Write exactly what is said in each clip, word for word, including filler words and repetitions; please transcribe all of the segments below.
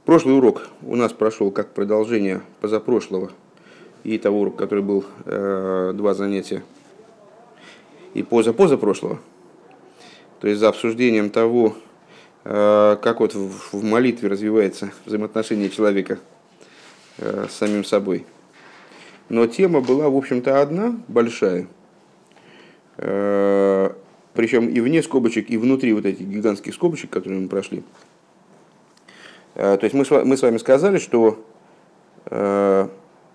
Прошлый урок у нас прошел как продолжение позапрошлого и того урока, который был э, два занятия, и поза-позапрошлого. То есть за обсуждением того, э, как вот в, в молитве развивается взаимоотношение человека э, с самим собой. Но тема была, в общем-то, одна, большая. Э, причем и вне скобочек, и внутри вот этих гигантских скобочек, которые мы прошли. То есть мы с вами сказали, что, в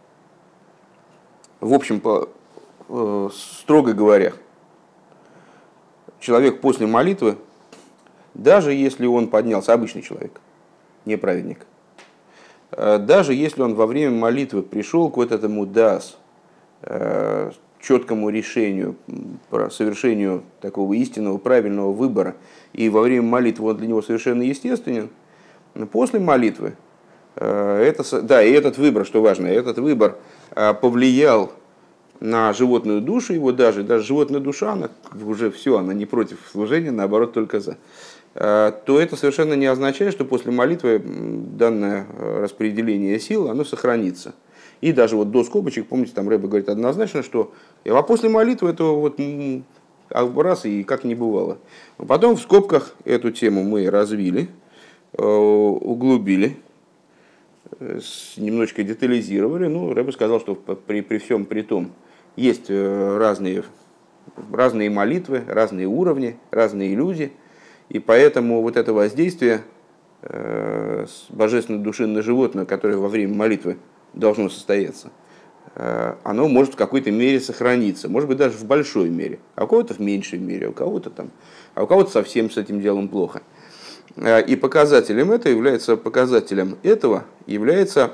общем, строго говоря, человек после молитвы, даже если он поднялся, обычный человек, не праведник, даже если он во время молитвы пришел к вот этому дас, четкому решению, совершению такого истинного, правильного выбора, и во время молитвы он для него совершенно естественен, после молитвы, это, да, и этот выбор, что важно, этот выбор повлиял на животную душу его даже, даже животная душа, она уже все, она не против служения, наоборот, только за, то это совершенно не означает, что после молитвы данное распределение сил, оно сохранится. И даже вот до скобочек, помните, там Рэбе говорит однозначно, что а после молитвы это вот раз и как не бывало. Потом в скобках эту тему мы развили, углубили, немножечко детализировали. Ну, Рэбе сказал, что при, при всем при том есть разные, разные молитвы, разные уровни, разные люди, и поэтому вот это воздействие э, божественной души на животное, которое во время молитвы должно состояться, э, оно может в какой-то мере сохраниться, может быть даже в большой мере, а у кого-то в меньшей мере, у кого-то там, а у кого-то совсем с этим делом плохо. И показателем это является, показателем этого является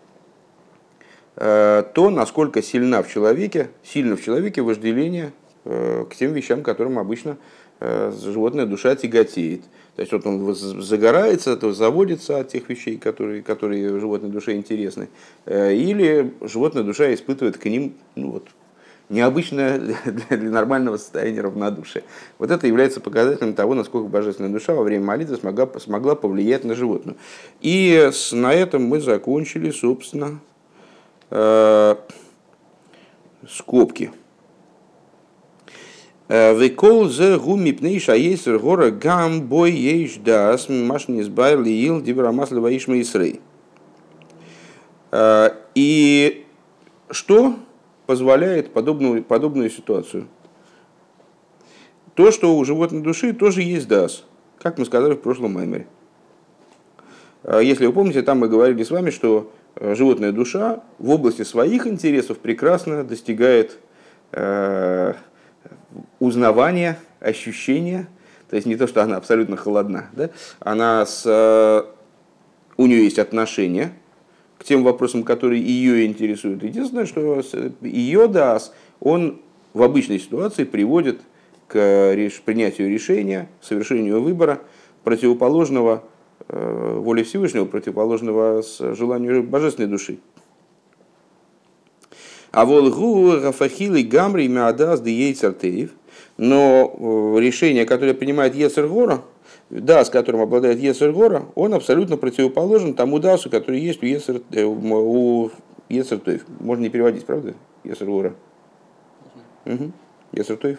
э, то, насколько сильна в человеке, сильно в человеке вожделение э, к тем вещам, которым обычно э, животная душа тяготеет. То есть вот он загорается, то заводится от тех вещей, которые, которые животной душе интересны, э, или животная душа испытывает к ним, ну вот, необычное для, для нормального состояния равнодушия. Вот это является показателем того, насколько божественная душа во время молитвы смогла, смогла повлиять на животную. И с, на этом мы закончили, собственно, э, скобки. Векол зе гуми пнейша ейсер гора гам бой ейш дас машни сбайр лиил дибрамаслива ишма исрей. И что позволяет подобную, подобную ситуацию? То, что у животной души тоже есть дас, как мы сказали в прошлом маймере. Если вы помните, там мы говорили с вами, что животная душа в области своих интересов прекрасно достигает э, узнавания, ощущения. То есть не то, что она абсолютно холодна, да? Она с, э, у нее есть отношения к тем вопросам, которые ее интересуют. Единственное, что ее дас, он в обычной ситуации приводит к принятию решения, совершению выбора, противоположного э, воле Всевышнего, противоположного с желанию божественной души. А волгу гафахилы гамри миадас де ейцартеев, но решение, которое принимает Йецер Гора, дас, которым обладает Йецер Гора, он абсолютно противоположен тому дасу, который есть у Йецер, у Йецер Тойв. Можно не переводить, правда? Йецер Гора. Угу. Йецер Тойв.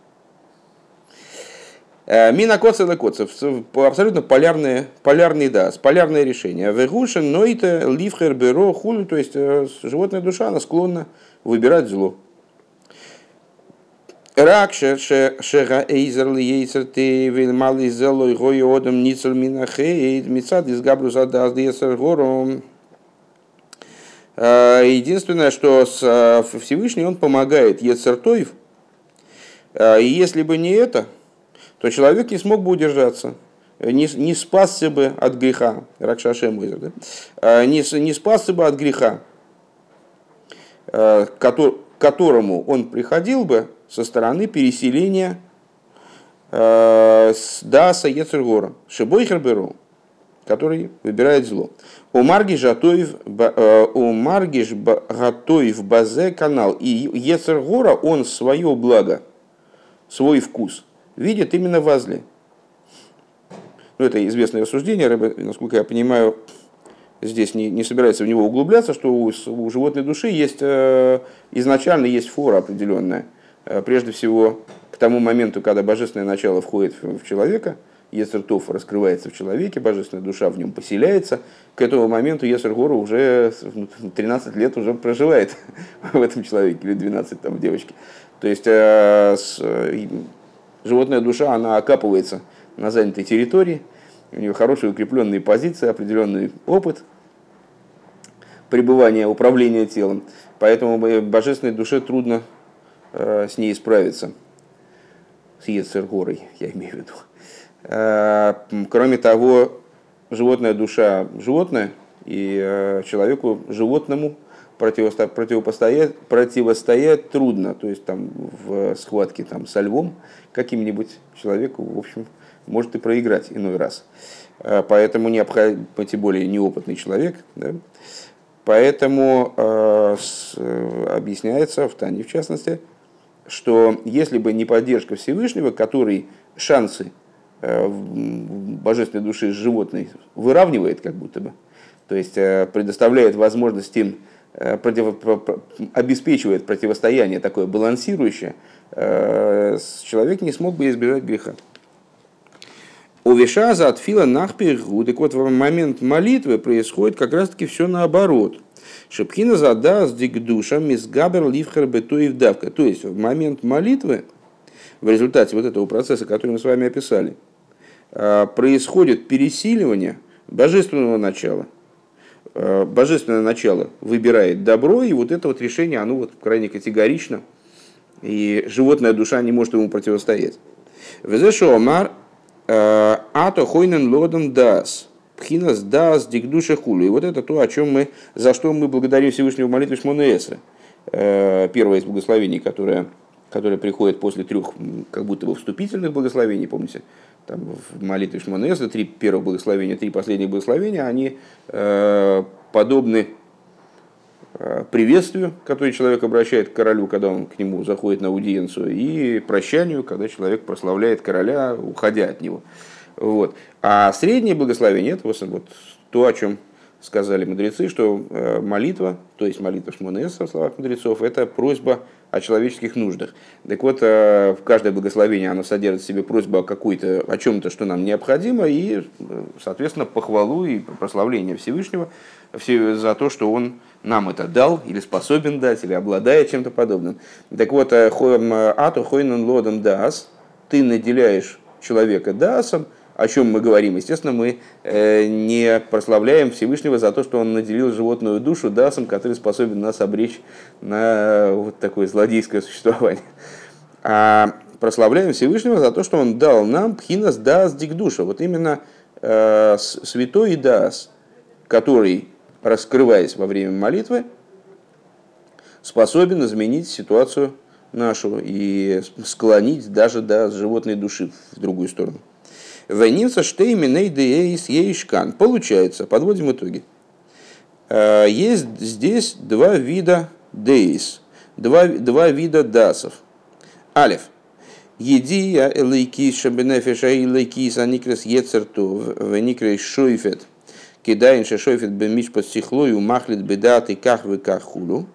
Мина коцев и коцев. Абсолютно полярный, полярный дас, полярное решение. Вегушен, нойте, ливхер, беро, хулю. То есть животная душа, она склонна выбирать зло. Рак шега эйзерли ейцерты вельмали зелой гой одам ницел минахейд мицад из габруса дас дейцер гором. Единственное, что Всевышний он помогает Йецер Тойв, и если бы не это, то человек не смог бы удержаться, не, не спасся бы от греха, Ракшашем, да? не, не спасся бы от греха, который, к которому он приходил бы со стороны переселения э, с Даса Йецер Гора, Шебойхер Беру, который выбирает зло. У Маргиш Гатоев Базе канал. И Йецер Гора, он свое благо, свой вкус видит именно во зле. Ну, это известное рассуждение, насколько я понимаю, здесь не, не собирается в него углубляться, что у, у животной души есть, э, изначально есть фора определенная. Э, прежде всего, к тому моменту, когда божественное начало входит в, в человека, Йецер Тов раскрывается в человеке, божественная душа в нем поселяется. К этому моменту Йецер Гора уже тринадцать лет уже проживает в этом человеке, или двенадцать там в девочке. То есть э, с, э, животная душа, она окапывается на занятой территории, у нее хорошие укрепленные позиции, определенный опыт пребывания, управления телом. Поэтому божественной душе трудно э, с ней справиться, с Йецер Горой, я имею в виду. Кроме того, животная душа животное, и человеку животному противостоять, противостоять трудно. То есть там, в схватке там, со львом каким-нибудь человеку, в общем, может и проиграть иной раз. Поэтому необходимо, тем более неопытный человек, да? Поэтому э, с, объясняется в Тане, в частности, что если бы не поддержка Всевышнего, который шансы божественной души с животной выравнивает как будто бы, то есть предоставляет возможность им, против, обеспечивает противостояние такое балансирующее, человек не смог бы избежать греха. У Вишаза от Фила Нахпиргу, так вот в момент молитвы происходит как раз таки все наоборот. Шепхина задаст дикдуша мисгабер ливхар бетуев давка. То есть в момент молитвы, в результате вот этого процесса, который мы с вами описали, происходит пересиливание божественного начала. Божественное начало выбирает добро, и вот это вот решение, оно вот крайне категорично, и животная душа не может ему противостоять. Везешо омар ато хойнен лодом дас, пхинас дас дикдуша хулю. И вот это то, о чем мы, за что мы благодарим Всевышнего в молитве Шмона Эсре. Первое из благословений, которое которые приходят после трех как будто бы вступительных благословений, помните, там в молитве Шмона Эсре три первых благословения, три последних благословения, они э, подобны э, приветствию, которое человек обращает к королю, когда он к нему заходит на аудиенцию, и прощанию, когда человек прославляет короля, уходя от него. Вот. А среднее благословение – это вот то, о чем сказали мудрецы, что молитва, то есть молитва Шмона Эсре, в словах мудрецов, это просьба о человеческих нуждах. Так вот, в каждое благословение оно содержит в себе просьбу о какой-то, о чем-то, что нам необходимо, и, соответственно, похвалу и прославление Всевышнего за то, что Он нам это дал, или способен дать, или обладает чем-то подобным. Так вот, ато хойнен лодом даас, ты наделяешь человека даасом. О чем мы говорим? Естественно, мы не прославляем Всевышнего за то, что он наделил животную душу дасом, который способен нас обречь на вот такое злодейское существование. А прославляем Всевышнего за то, что он дал нам пхинас даас дикдуша. Вот именно э, святой даас, который, раскрываясь во время молитвы, способен изменить ситуацию нашу и склонить даже до животной души в другую сторону. Войница штейминей деис ейшкан. Получается, подводим итоги. Есть здесь два вида деис, два, два вида дасов. Алеф. Едия элейки шабенефеша элейки аникрес ецертов веникрес шойфет. Кидаин шойфет бемиш под сихлою махлит бедат и кахвы кахулю.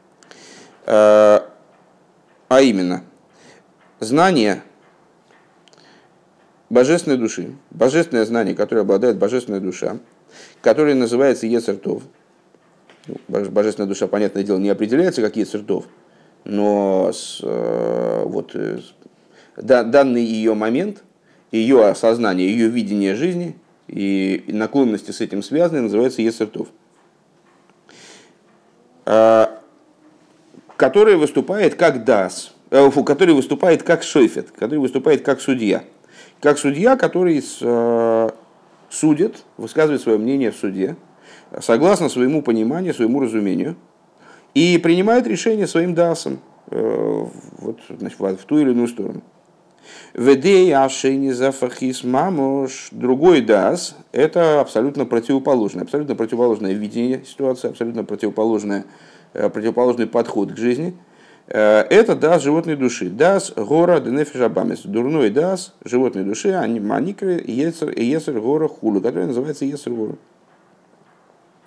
А именно, знание божественной души, божественное знание, которое обладает божественная душа, которое называется Йецер Тов. Божественная душа, понятное дело, не определяется как Йецер Тов, но с, вот, данный ее момент, ее осознание, ее видение жизни и наклонности с этим связаны, называется Йецер Тов, который выступает как дас, который выступает как шойфет, который выступает как судья. Как судья, который судит, высказывает свое мнение в суде, согласно своему пониманию, своему разумению, и принимает решение своим дасом вот, значит, в ту или иную сторону. Другой дас – это абсолютно противоположное, абсолютно противоположное видение ситуации, абсолютно противоположное, противоположный подход к жизни. Это дас животной души. Дас гора денефиш абамес. Дурной дас животной души, аникры ецер гора хулу, который называется ецер гора.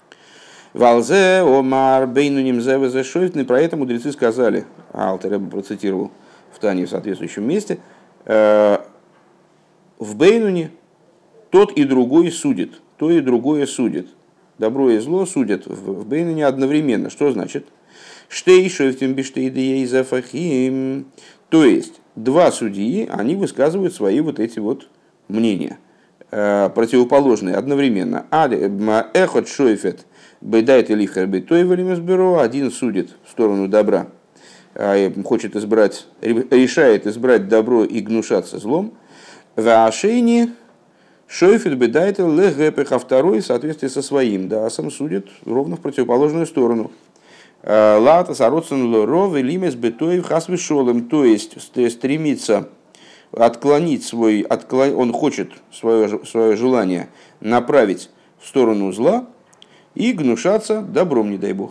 Валзе омар бейнуним зевезе шойфтны, про это мудрецы сказали, Алтер Ребе процитировал в Тане в соответствующем месте, в бейнуне тот и другой судит, то и другое судит. Добро и зло судят в бейнуне одновременно. Что значит? Штей шойфтим биштейдей зафахим. То есть, два судьи, они высказывают свои вот эти вот мнения, противоположные одновременно. Эхот шойфет бейдайт и лихар бейтой велимесбюро. Один судит в сторону добра, хочет избрать, решает избрать добро и гнушаться злом. Ваашейни шойфет бейдайт легепех, а второй в соответствии со своим, да, сам судит ровно в противоположную сторону. Лата сароцен лоро велимес бейтой хасвишолем, то есть стремится отклонить свой, отклон, он хочет свое, свое желание направить в сторону зла и гнушаться добром, не дай бог.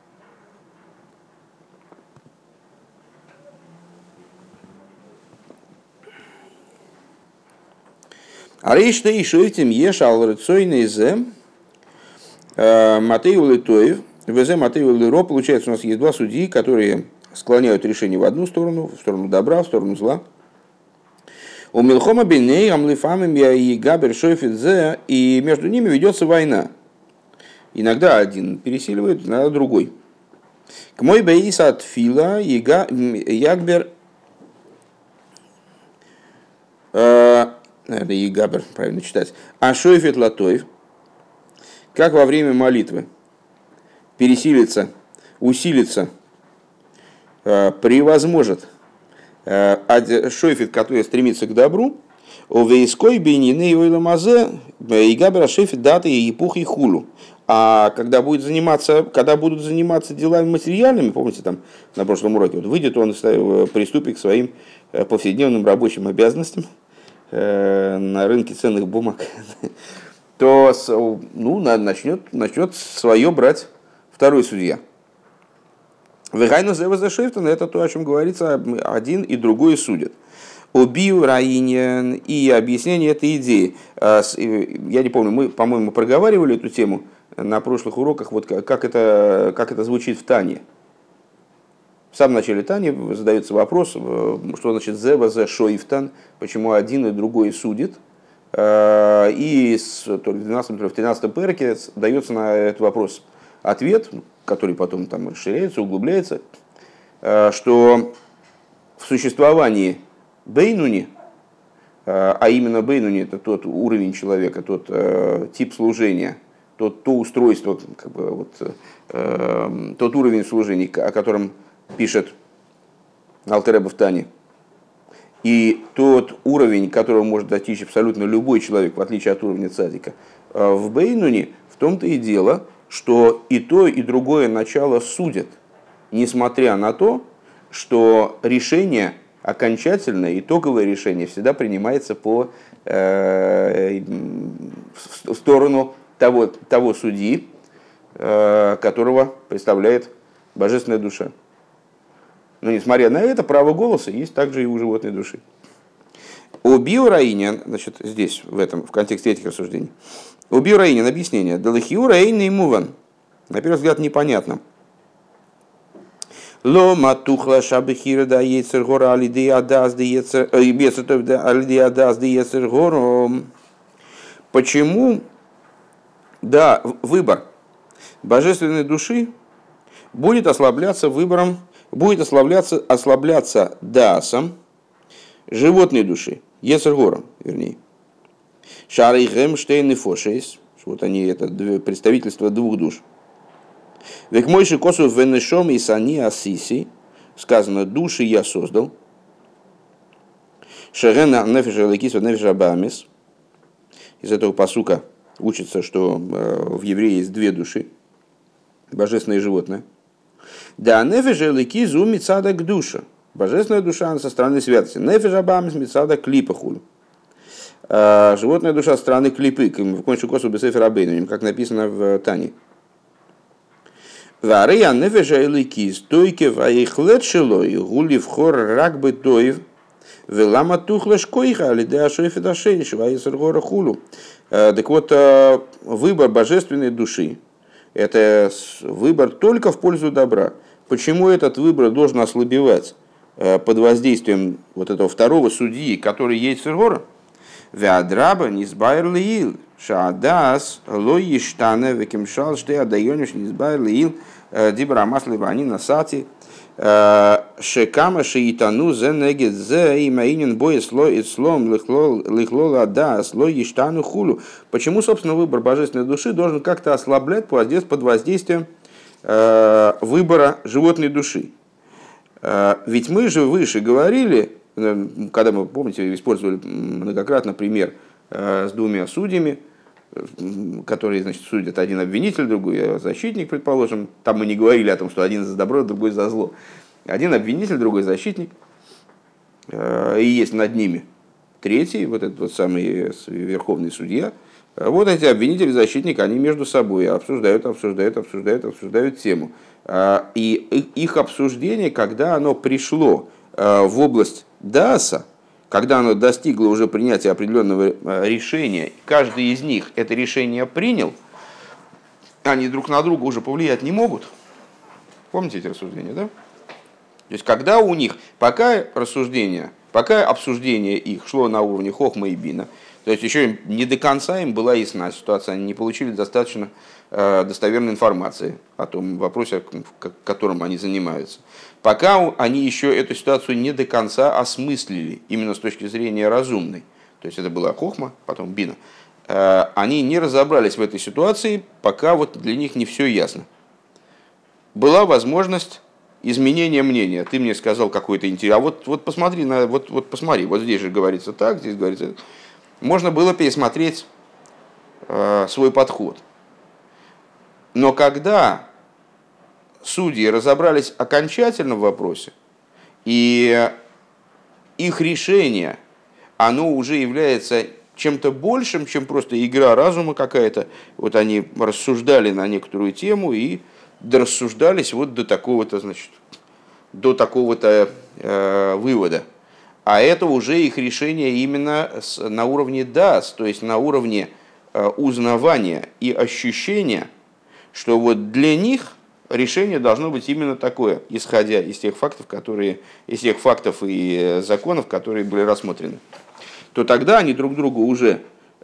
Арейшта и шойтим еш алрецойный зе Матею Литоев, вз Матею Лиро. Получается, у нас есть два судьи, которые склоняют решение в одну сторону, в сторону добра, в сторону зла. У Милхома биней амлифамим и габер шойфит зе, и между ними ведется война. Иногда один пересиливает, иногда другой. К мой бейс от фила ягбер, наверное, ягабер, правильно читать. А шойфит латоев, как во время молитвы пересилится, усилится, превозможет шойфит, который стремится к добру, о вейской бейнины и ойламазе и габера шойфит даты и епух и хулу. А когда, будет заниматься, когда будут заниматься делами материальными, помните, там на прошлом уроке, вот выйдет он, приступит к своим повседневным рабочим обязанностям на рынке ценных бумаг, то ну, начнет, начнет свое брать второй судья. Вегайну зевезе шойфтен, это то, о чем говорится, один и другой судят. Обию раинен, и объяснение этой идеи. Я не помню, мы, по-моему, проговаривали эту тему на прошлых уроках, вот как это, как это звучит в Тане. В самом начале Тани задается вопрос, что значит зевезе шойфтен, почему один и другой судит. И то ли в двенадцатом, то ли в тринадцатом перке дается на этот вопрос ответ, который потом там расширяется, углубляется, что в существовании бейнуни, а именно бейнуни это тот уровень человека, тот тип служения, тот, то устройство, как бы, вот, тот уровень служения, о котором пишет Алтер Ребе в Тане, и тот уровень, которого может достичь абсолютно любой человек, в отличие от уровня цадика, в бейнуни в том-то и дело, что и то, и другое начало судят, несмотря на то, что решение, окончательное, итоговое решение всегда принимается по, э, в сторону того, того судьи, э, которого представляет божественная душа. Но несмотря на это, право голоса есть также и у животной души. У биораинян, значит, здесь, в этом, в контексте этих рассуждений, у биораинян объяснение. Далахиура эйный муван. На первый взгляд непонятно. Ло матухла шабихира да ецер гора алидиадас да ецер алидиадас да ецер горо. Почему, да, выбор божественной души будет ослабляться выбором, будет ослабляться, ослабляться даасом животной души, ецер гором, вернее. Шары Гемштейн и Фошейс, вот они, это представительство двух душ. Век мойши косу венешом и сани асиси, сказано, души я создал. Шерена нефеша лекис нефеша бамис. Из этого пасука учится, что в евреи есть две души, божественное и животное. Да нефеша лекис у мицада к душе. Божественная душа со стороны святости. Нефеша бамис мицада клипа хулю. Животная душа страны клипы, как написано в Тане. Вария нефеша элики стойке ваихлет шилой гулив хор рак бы тоев велама тухлеш койха алидеа шойфедашей шваисер гора хулу. Так вот, выбор божественной души Это выбор только в пользу добра. Почему этот выбор должен ослабевать под воздействием вот этого второго судьи, который есть Гора? Веадраба низбайр лиил, шаадас лой ештане векимшал ште адайониш низбайр лиил дибра масли вани насати шекама шеитану зе негет зе имаинин бой слой слом лихлола адас лой ештану хулу. Почему, собственно, выбор божественной души должен как-то ослаблять под воздействием выбора животной души? Ведь мы же выше говорили, когда мы, помните, использовали многократно пример с двумя судьями, которые, значит, судят один обвинитель, другой защитник, предположим. Там мы не говорили о том, что один за добро, другой за зло. Один обвинитель, другой защитник. И есть над ними третий, вот этот вот самый верховный судья. Вот эти обвинители и защитник, они между собой обсуждают, обсуждают, обсуждают, обсуждают тему. И их обсуждение, когда оно пришло в область дааса, когда оно достигло уже принятия определенного решения, каждый из них это решение принял, они друг на друга уже повлиять не могут. Помните эти рассуждения, да? То есть, когда у них, пока рассуждение, пока обсуждение их шло на уровне хохма и бина, то есть еще не до конца им была ясна ситуация, они не получили достаточно э, достоверной информации о том вопросе, которым они занимаются. Пока они еще эту ситуацию не до конца осмыслили, именно с точки зрения разумной, то есть это была хохма, потом бина, э, они не разобрались в этой ситуации, пока вот для них не все ясно. Была возможность изменения мнения. Ты мне сказал какой-то интерес, а вот, вот посмотри, на, вот, вот посмотри, вот здесь же говорится так, здесь говорится так. Можно было пересмотреть э, свой подход. Но когда судьи разобрались окончательно в вопросе, и их решение, оно уже является чем-то большим, чем просто игра разума какая-то, вот они рассуждали на некоторую тему и дорассуждались вот до такого-то, значит, до такого-то э, вывода. А это уже их решение именно на уровне дас, то есть на уровне узнавания и ощущения, что вот для них решение должно быть именно такое, исходя из тех фактов, которые, из тех фактов и законов, которые были рассмотрены. То тогда они друг друга уже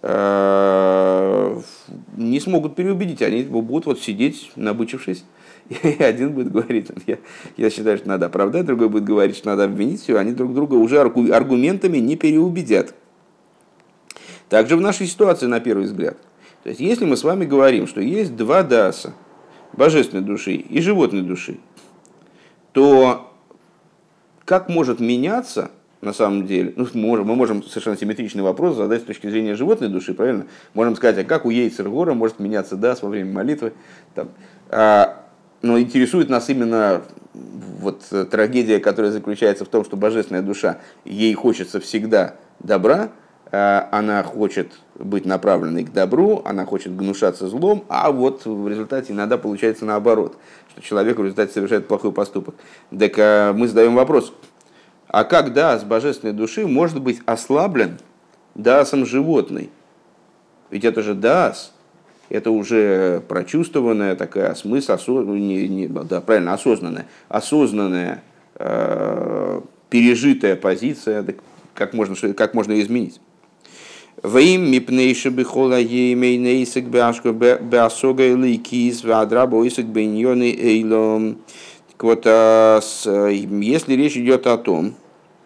э, не смогут переубедить, они будут вот сидеть, набычившись. И один будет говорить, я, я считаю, что надо оправдать, другой будет говорить, что надо обвинить, все, они друг друга уже аргументами не переубедят. Также в нашей ситуации, на первый взгляд. То есть, если мы с вами говорим, что есть два даса, божественной души и животной души, то как может меняться, на самом деле, ну, мы, можем, мы можем совершенно симметричный вопрос задать с точки зрения животной души, правильно? Можем сказать, а как у Йецер Гора может меняться дас во время молитвы, там, а, но интересует нас именно вот трагедия, которая заключается в том, что божественная душа, ей хочется всегда добра, она хочет быть направленной к добру, она хочет гнушаться злом, а вот в результате иногда получается наоборот, что человек в результате совершает плохой поступок. Так мы задаем вопрос, а как даас божественной души может быть ослаблен даасом животной? Ведь это же даас. Это уже прочувствованная такая смысл, осо... не, не, да, правильно, осознанная, осознанная, э, пережитая позиция, как можно, как можно изменить. Ваим мипнейши бихола еймейнейсик бяшко бясога лейкиз вадрабо исик бейньоны эйлом. Вот, если речь идет о том,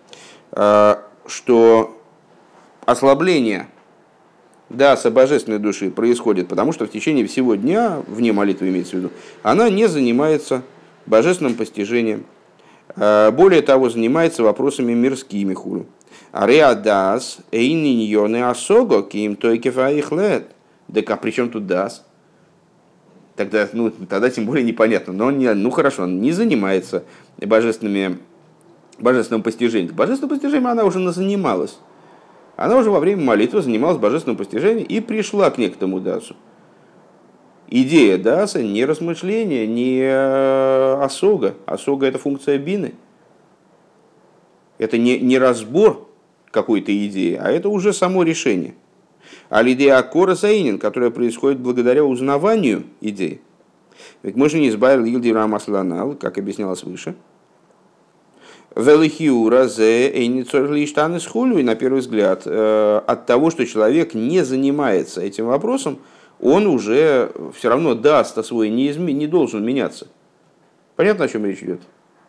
что ослабление даса божественной души происходит, потому что в течение всего дня, вне молитвы имеется в виду, она не занимается божественным постижением. Более того, занимается вопросами мирскими хулу. Ареа дас эйниньоны асого ким тойкефаихлет. Так а при чем тут дас? Тогда, ну, тогда тем более непонятно. Но он не, ну хорошо, он не занимается божественными, божественным постижением. Божественным постижением она уже занималась. Она уже во время молитвы занималась божественным постижением и пришла к некоторому дасу. Идея даса не размышление, не осога. Осога – это функция бины. Это не, не разбор какой-то идеи, а это уже само решение. А идея акора заинен, которая происходит благодаря узнаванию идеи. Ведь мы же не избавил Илди Рамасланал, как объяснялось выше. Велихиура зе эйницорлиштаны схулю, и на первый взгляд, от того, что человек не занимается этим вопросом, он уже все равно даст свой, не, изме... не должен меняться. Понятно, о чем речь идет?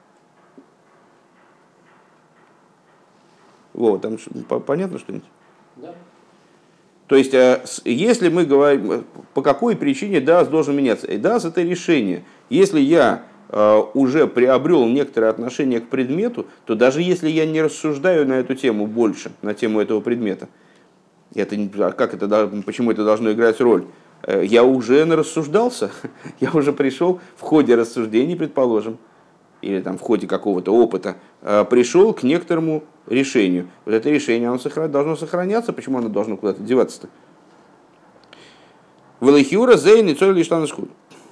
Вот, там понятно что-нибудь? Да. То есть, если мы говорим, по какой причине ДАС должен меняться? И ДАС это решение. Если я уже приобрел некоторое отношение к предмету, то даже если я не рассуждаю на эту тему больше, на тему этого предмета, это, как это, почему это должно играть роль? Я уже нарассуждался, я уже пришел в ходе рассуждений, предположим, или там в ходе какого-то опыта, пришел к некоторому решению. Вот это решение оно должно сохраняться, почему оно должно куда-то деваться-то? Велихиура зейн и цорих лиштан исхуд.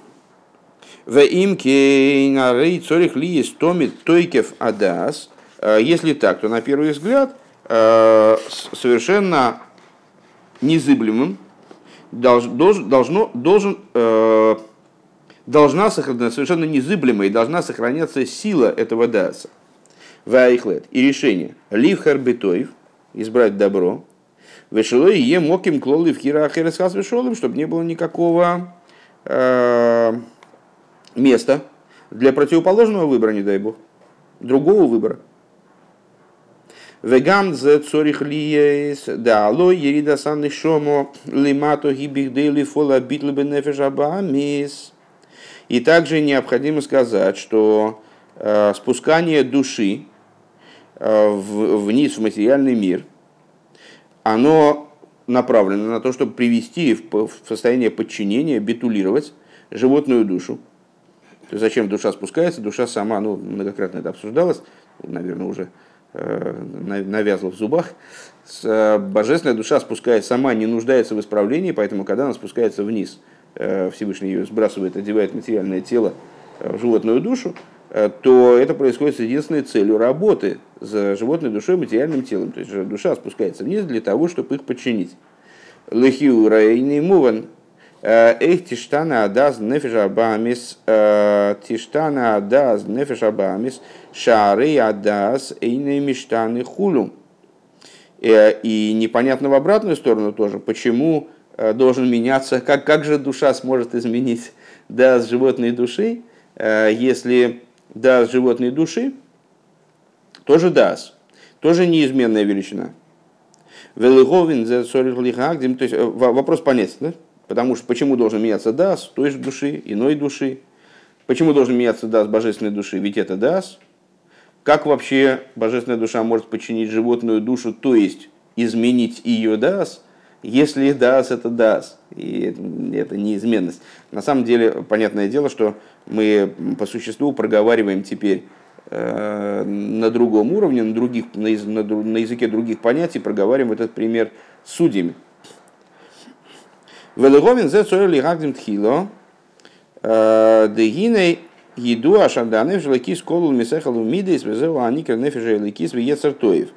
Если так, то на первый взгляд совершенно незыблемым должен, должно, должен, должна сохраняться, совершенно незыблемой должна сохраняться сила этого даса. Вайхлет и решение. Ливхар битоев, избрать добро. Вешелой е моким клолы в хира ахересхас вешолым, чтобы не было никакого место для противоположного выбора, не дай бог, другого выбора. Вегам зе цорих лиес да алой ерида санны шомо лимато гибихдели фола битл бенефеш абамис. И также необходимо сказать, что э, спускание души э, в, вниз в материальный мир, оно направлено на то, чтобы привести в, в состояние подчинения, битулировать животную душу. То есть зачем душа спускается? Душа сама, ну, многократно это обсуждалось, наверное, уже э, навязла в зубах. С, э, божественная душа, спускаясь сама, не нуждается в исправлении, поэтому, когда она спускается вниз, э, Всевышний ее сбрасывает, одевает материальное тело э, в животную душу, э, то это происходит с единственной целью работы с животной душой и материальным телом. То есть душа спускается вниз для того, чтобы их подчинить. Лехиу райни муван. Эх, тиштана адаз нефеш абамис, тиштана адаз нефеш абамис, шары адаз эйны миштаны хулю. И непонятно в обратную сторону тоже, почему должен меняться, как, как же душа сможет изменить даз животной души, если даз животной души тоже даз, тоже неизменная величина. То есть вопрос понятен, да? Потому что почему должен меняться дас той же души, иной души? Почему должен меняться дас божественной души? Ведь это дас. Как вообще божественная душа может подчинить животную душу, то есть изменить ее дас, если дас это дас? И это неизменность. На самом деле, понятное дело, что мы по существу проговариваем теперь э, на другом уровне, на, других, на, на, на языке других понятий, проговариваем этот пример с судьями. Велеговин зе цорели гагдим тхило дегиней еду ашанданев жлекис колул мисехалу мидейс везеу аникер нефеже лекис веецертоев.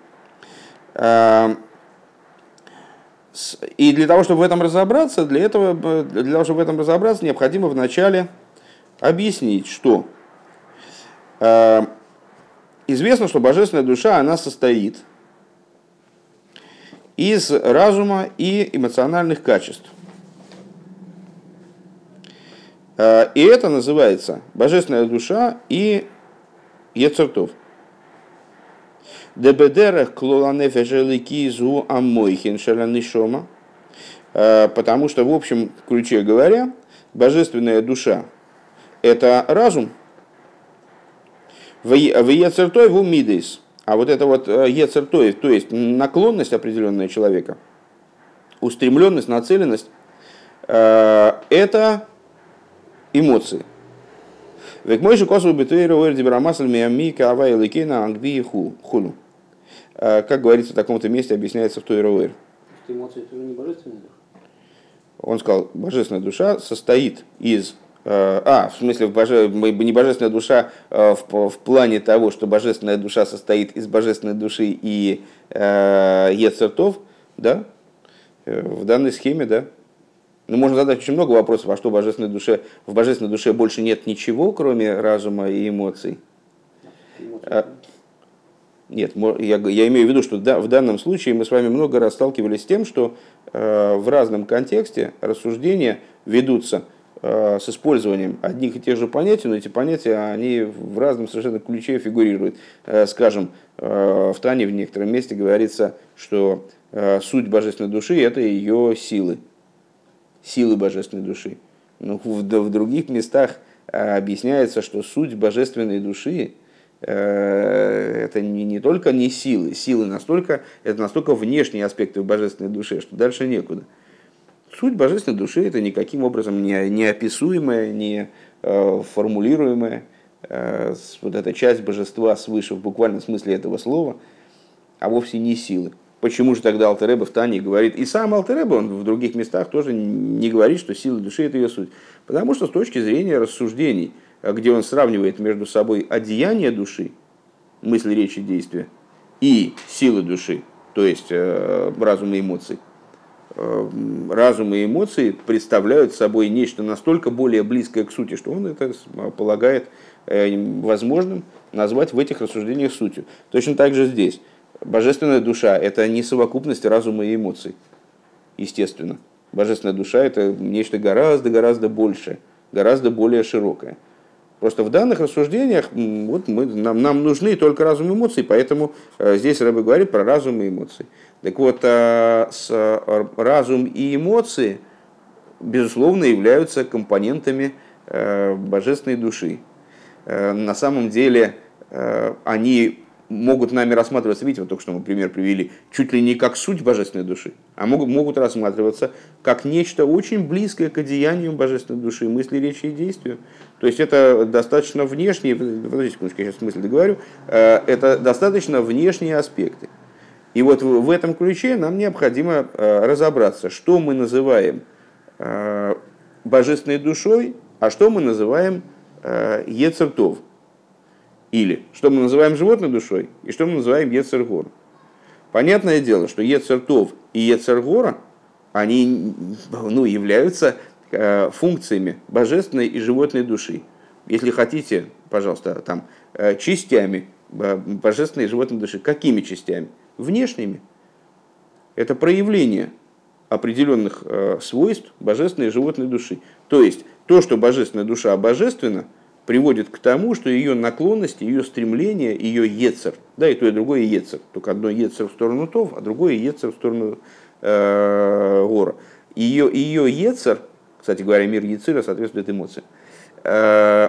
И для того, чтобы в этом разобраться, для этого, для того, чтобы в этом разобраться, необходимо вначале объяснить, что известно, что божественная душа, она состоит из разума и эмоциональных качеств. И это называется божественная душа и ецертов. Дебедерах клоланефежеликизу амойхин шаланишома. Потому что, в общем ключе говоря, божественная душа – это разум. В ецертой в умидейс. А вот это вот ецертой, то есть наклонность определенная человека, устремленность, нацеленность – это эмоции. Век мой же косу битуэра уэрдибрамасль миамика авай лекена ангби хулу. Как говорится в таком-то месте, объясняется в Тойра Уэр. Эмоции это не божественная душа? Он сказал, божественная душа состоит из... А, в смысле, боже, не божественная душа в, в плане того, что божественная душа состоит из божественной души и э, ецертов, да? В данной схеме, да? Ну, можно задать очень много вопросов, а что в божественной душе, в божественной душе больше нет ничего, кроме разума и эмоций. А, нет, я, я имею в виду, что да, в данном случае мы с вами много раз сталкивались с тем, что э, в разном контексте рассуждения ведутся э, с использованием одних и тех же понятий, но эти понятия они в разном совершенно ключе фигурируют. Э, скажем, э, в Тане в некотором месте говорится, что э, суть божественной души – это ее силы, силы божественной души. Но в, в других местах э, объясняется, что суть божественной души это не, не только не силы, силы настолько, это настолько внешние аспекты в божественной душе, что дальше некуда. Суть божественной души это никаким образом не, не описуемая, не э, формулируемая, э, вот эта часть божества свыше в буквальном смысле этого слова, а вовсе не силы. Почему же тогда Алтер Ребе в Тане говорит, и сам Алтер Ребе, он в других местах тоже не говорит, что сила души это ее суть. Потому что с точки зрения рассуждений, где он сравнивает между собой одеяние души, мысли, речи, действия, и силы души, то есть э, разум и эмоции. Э, разум и эмоции представляют собой нечто настолько более близкое к сути, что он это полагает э, возможным назвать в этих рассуждениях сутью. Точно так же здесь. Божественная душа – это не совокупность разума и эмоций, естественно. Божественная душа – это нечто гораздо-гораздо большее, гораздо более широкое. Просто в данных рассуждениях вот мы, нам, нам нужны только разум и эмоции, поэтому здесь Ребе говорит про разум и эмоции. Так вот, с разум и эмоции, безусловно, являются компонентами божественной души. На самом деле, они могут нами рассматриваться, видите, вот только что мы пример привели, чуть ли не как суть божественной души, а могут, могут рассматриваться как нечто очень близкое к одеянию божественной души, мысли, речи и действию. То есть это достаточно внешние, подождите секундочку, я сейчас мысль договорю, это достаточно внешние аспекты. И вот в этом ключе нам необходимо разобраться, что мы называем божественной душой, а что мы называем йецер тов. Или что мы называем животной душой, и что мы называем йецер гор. Понятное дело, что йецер тов и йецер гора, они ну, являются э, функциями божественной и животной души. Если хотите, пожалуйста, там, э, частями божественной и животной души. Какими частями? Внешними. Это проявление определенных э, свойств божественной и животной души. То есть то, что божественная душа божественна, приводит к тому, что ее наклонности, ее стремления, ее ецер, да, и то, и другое ецер, только одно ецер в сторону тов, а другое ецер в сторону э, гора. Ее, ее ецер, кстати говоря, мир ецера соответствует эмоциям. Э,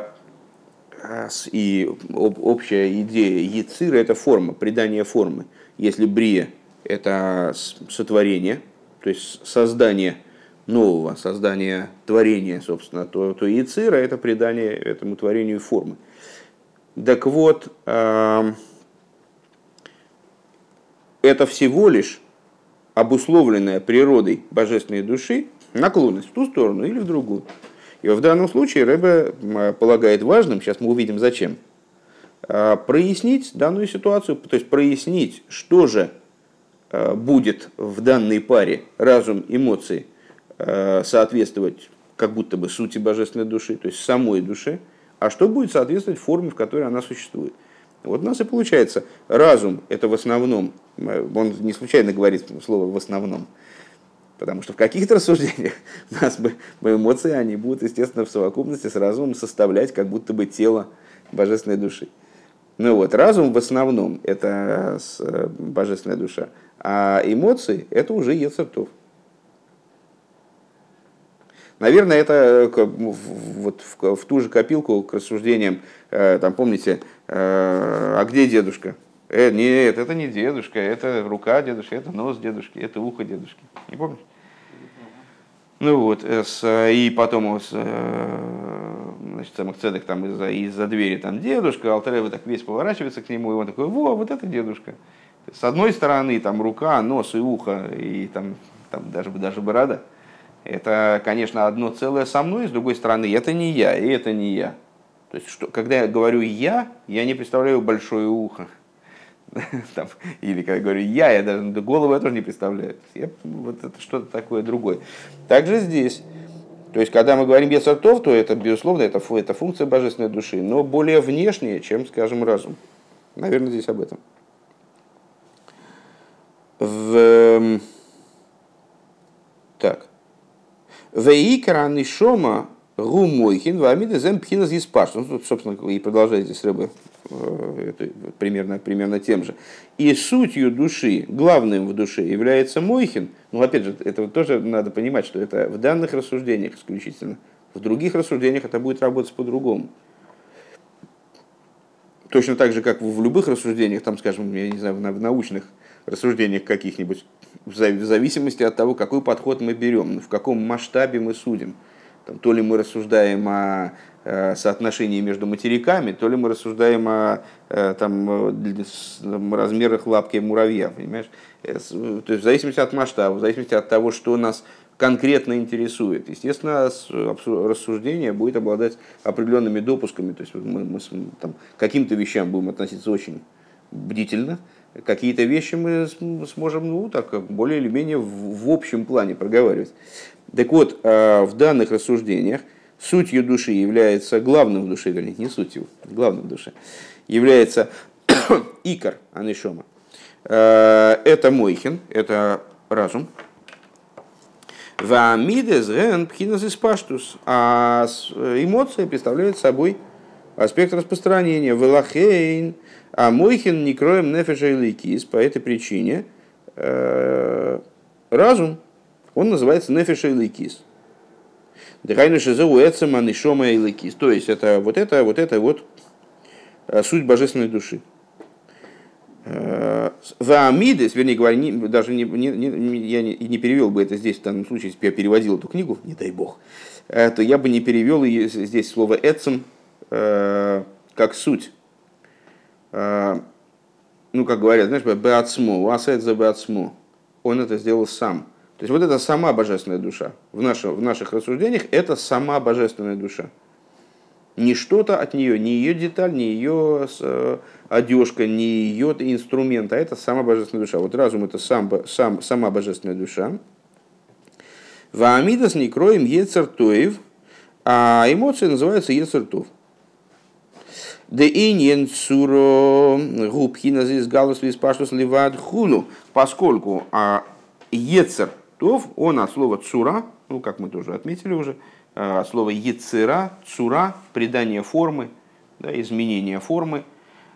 и об, общая идея ецира – это форма, придание формы. Если брия – это сотворение, то есть создание нового, создания творения, собственно, то, то яцира – это придание этому творению формы. Так вот, э, это всего лишь обусловленная природой божественной души наклонность в ту сторону или в другую. И в данном случае Ребе полагает важным, сейчас мы увидим зачем, э, прояснить данную ситуацию, то есть прояснить, что же э, будет в данной паре разум, эмоции, соответствовать как будто бы сути божественной души, то есть самой душе, а что будет соответствовать форме, в которой она существует. Вот у нас и получается, разум – это в основном, он не случайно говорит слово «в основном», потому что в каких-то рассуждениях у нас бы эмоции, они будут, естественно, в совокупности с разумом составлять как будто бы тело божественной души. Ну вот, разум в основном – это божественная душа, а эмоции – это уже йецер тов. Наверное, это вот в, в ту же копилку к рассуждениям, там, помните, а где дедушка? Э, нет, это не дедушка, это рука дедушки, это нос дедушки, это ухо дедушки. Не помнишь? Ну вот, и потом значит, самых цедок там из-за, из-за двери там дедушка, Алтер Ребе так весь поворачивается к нему, и он такой: во, вот это дедушка. С одной стороны там рука, нос и ухо, и там, там даже, даже борода. Это, конечно, одно целое со мной, с другой стороны, это не я, и это не я. То есть, что, когда я говорю «я», я не представляю большое ухо, Там, или, как я говорю, я, я даже голову я тоже не представляю. Я, вот это что-то такое другое. Также здесь. То есть, когда мы говорим Ецер-Тов, то это, безусловно, это, это функция божественной души, но более внешняя, чем, скажем, разум. Наверное, здесь об этом. В... Так. Веикара нишома гу мойхин вамида зем пхинас еспаш. Ну, тут, собственно, и продолжает здесь рыба примерно, примерно тем же. И сутью души, главным в душе является мойхин. Ну, опять же, это тоже надо понимать, что это в данных рассуждениях исключительно. В других рассуждениях это будет работать по-другому. Точно так же, как в любых рассуждениях, там, скажем, я не знаю, в научных рассуждениях каких-нибудь, в зависимости от того, какой подход мы берем, в каком масштабе мы судим. Там, то ли мы рассуждаем о э, соотношении между материками, то ли мы рассуждаем о э, там, размерах лапки муравья, понимаешь? То есть в зависимости от масштаба, в зависимости от того, что нас конкретно интересует. Естественно, рассуждение будет обладать определенными допусками, то есть мы, мы там, к каким-то вещам будем относиться очень бдительно, какие-то вещи мы сможем ну, так, более или менее в, в общем плане проговаривать. Так вот, в данных рассуждениях сутью души является, главным в душе, вернее, не сутью, главным в душе, является икар анишома. Это мойхин, это разум. Ваамидес ген пхинас испаштус. А эмоция представляет собой аспект распространения. Велахейн, а мойхин не кроем нефеша и лейкис. По этой причине разум, он называется нефеша и лейкис. Дыхайну шизеу эцема нишома и лейкис. То есть это вот это вот это вот суть божественной души. Ваамидес, вернее говоря, не, даже не, не, не, я не, не перевел бы это здесь, в данном случае, если бы я переводил эту книгу, не дай бог, то я бы не перевел здесь слово «эцем» э, как «суть». Э, ну, как говорят, знаешь, «беацмо», «уасэт за беацмо», он это сделал сам. То есть вот это сама божественная душа. В, наше, в наших рассуждениях это сама божественная душа. Не что-то от нее, не ее деталь, не ее одежка, не ее инструмент, а это сама божественная душа. Вот разум это сам, сам, сама божественная душа. Ваамидас не кроем ецертоев, а эмоции называются ецертов. Де иньен цуро губхина здесь галус виспаштус ливад хуну, поскольку ецертов, он от слова цура, ну как мы тоже отметили уже, от слова ецера, цура, придание формы, да, изменение формы.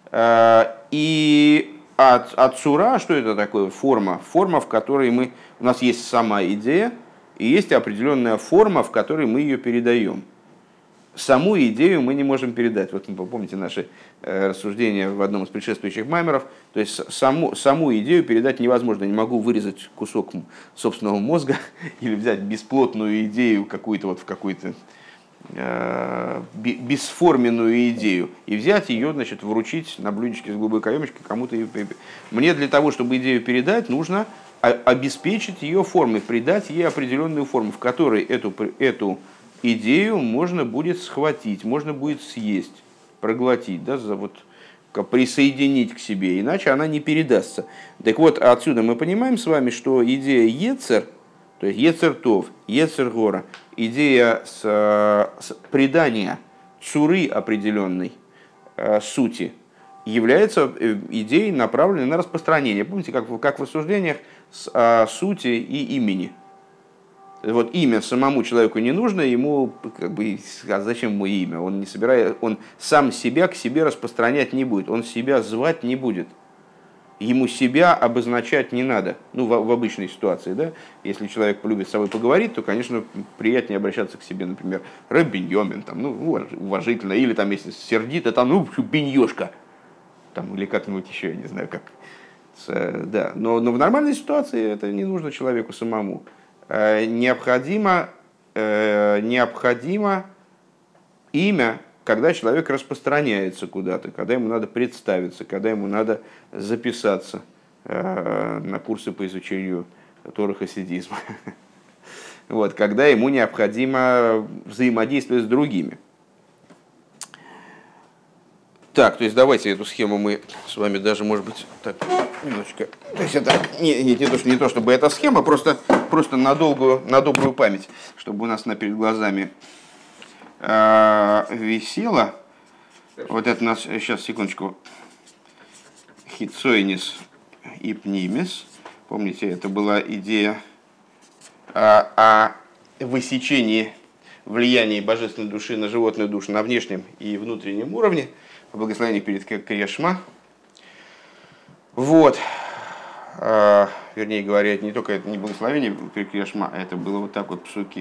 И от, от цура, что это такое? Форма. Форма, в которой мы... У нас есть сама идея, и есть определенная форма, в которой мы ее передаем. Саму идею мы не можем передать. Вот вы помните наши рассуждения в одном из предшествующих маймеров. То есть саму, саму идею передать невозможно. Я не могу вырезать кусок собственного мозга или взять бесплотную идею какую-то вот в какую-то э, бесформенную идею и взять ее, значит, вручить на блюдечке с голубой каемочкой кому-то. Мне для того, чтобы идею передать, нужно обеспечить ее формой, придать ей определенную форму, в которой эту, эту идею можно будет схватить, можно будет съесть, проглотить, да, вот, присоединить к себе, иначе она не передастся. Так вот, отсюда мы понимаем с вами, что идея Ецер, то есть Ецертов, Ецергора, идея с, с придания цуры определенной э, сути, является идеей, направленной на распространение. Помните, как, как в рассуждениях с э, сути и имени. Вот имя самому человеку не нужно, ему как бы, а зачем ему имя? Он не собирает, он сам себя к себе распространять не будет, он себя звать не будет. Ему себя обозначать не надо. Ну, в, в обычной ситуации, да. Если человек полюбит с собой поговорить, то, конечно, приятнее обращаться к себе, например, Рэб Биньомин, там, ну, уважительно, или там, если сердито, там, ну, Биньёшка, там, или как-нибудь еще, я не знаю, как. Да. Но, но в нормальной ситуации это не нужно человеку самому. Необходимо, необходимо имя, когда человек распространяется куда-то, когда ему надо представиться, когда ему надо записаться на курсы по изучению Торы хасидизма. Вот, когда ему необходимо взаимодействовать с другими. Так, то есть давайте эту схему мы с вами даже, может быть, так, немножечко. То есть это не, не, не, то, что, не то, чтобы эта схема, просто, просто на, долгую, на добрую память, чтобы у нас на перед глазами э, висела. Вот это у нас, сейчас, секундочку, хитсойнис и пнимис. Помните, это была идея о, о высечении влияния божественной души на животную душу на внешнем и внутреннем уровне, в благословении перед Крия-Шма. Вот. А, вернее говоря, это не только это не благословение перед Крия-Шма, а это было вот так вот псуки.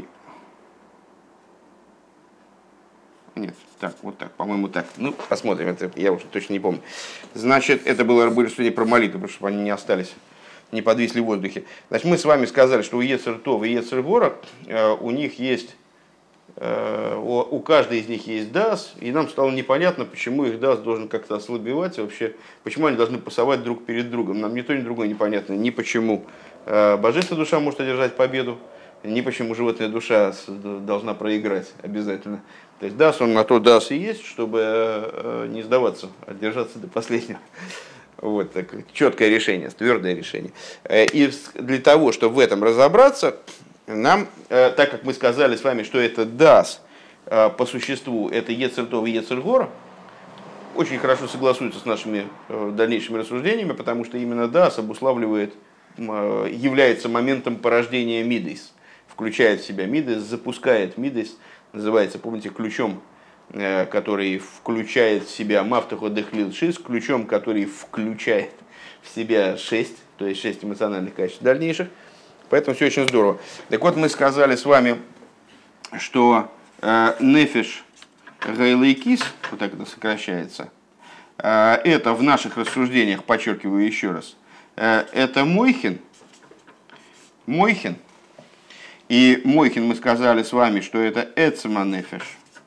Нет, так, вот так, по-моему, так. Ну, посмотрим, это я уже точно не помню. Значит, это было благословение про молитву, потому что они не остались, не подвисли в воздухе. Значит, мы с вами сказали, что у Йецер Тов и Йецер Гора у них есть, у каждой из них есть дас, и нам стало непонятно, почему их дас должен как-то ослабевать, и вообще, почему они должны пасовать друг перед другом. Нам ни то, ни другое непонятно, ни почему божественная душа может одержать победу, ни почему животная душа должна проиграть обязательно. То есть дас, он на то дас и есть, чтобы не сдаваться, а держаться до последнего. Вот так, четкое решение, твердое решение. И для того, чтобы в этом разобраться, нам, так как мы сказали с вами, что это дас по существу, это Йецер Тов и Йецер Гора, очень хорошо согласуется с нашими дальнейшими рассуждениями, потому что именно дас обуславливает, является моментом порождения мидейс, включает в себя мидейс, запускает мидейс, называется, помните, ключом, который включает в себя мафтахо дехлил шесть, ключом, который включает в себя шесть, то есть шесть эмоциональных качеств дальнейших. Поэтому все очень здорово. Так вот, мы сказали с вами, что э, нефиш гейлейкис, вот так это сокращается, э, это в наших рассуждениях, подчеркиваю еще раз, э, это мойхин, мойхин, и мойхин мы сказали с вами, что это эцема нефиш,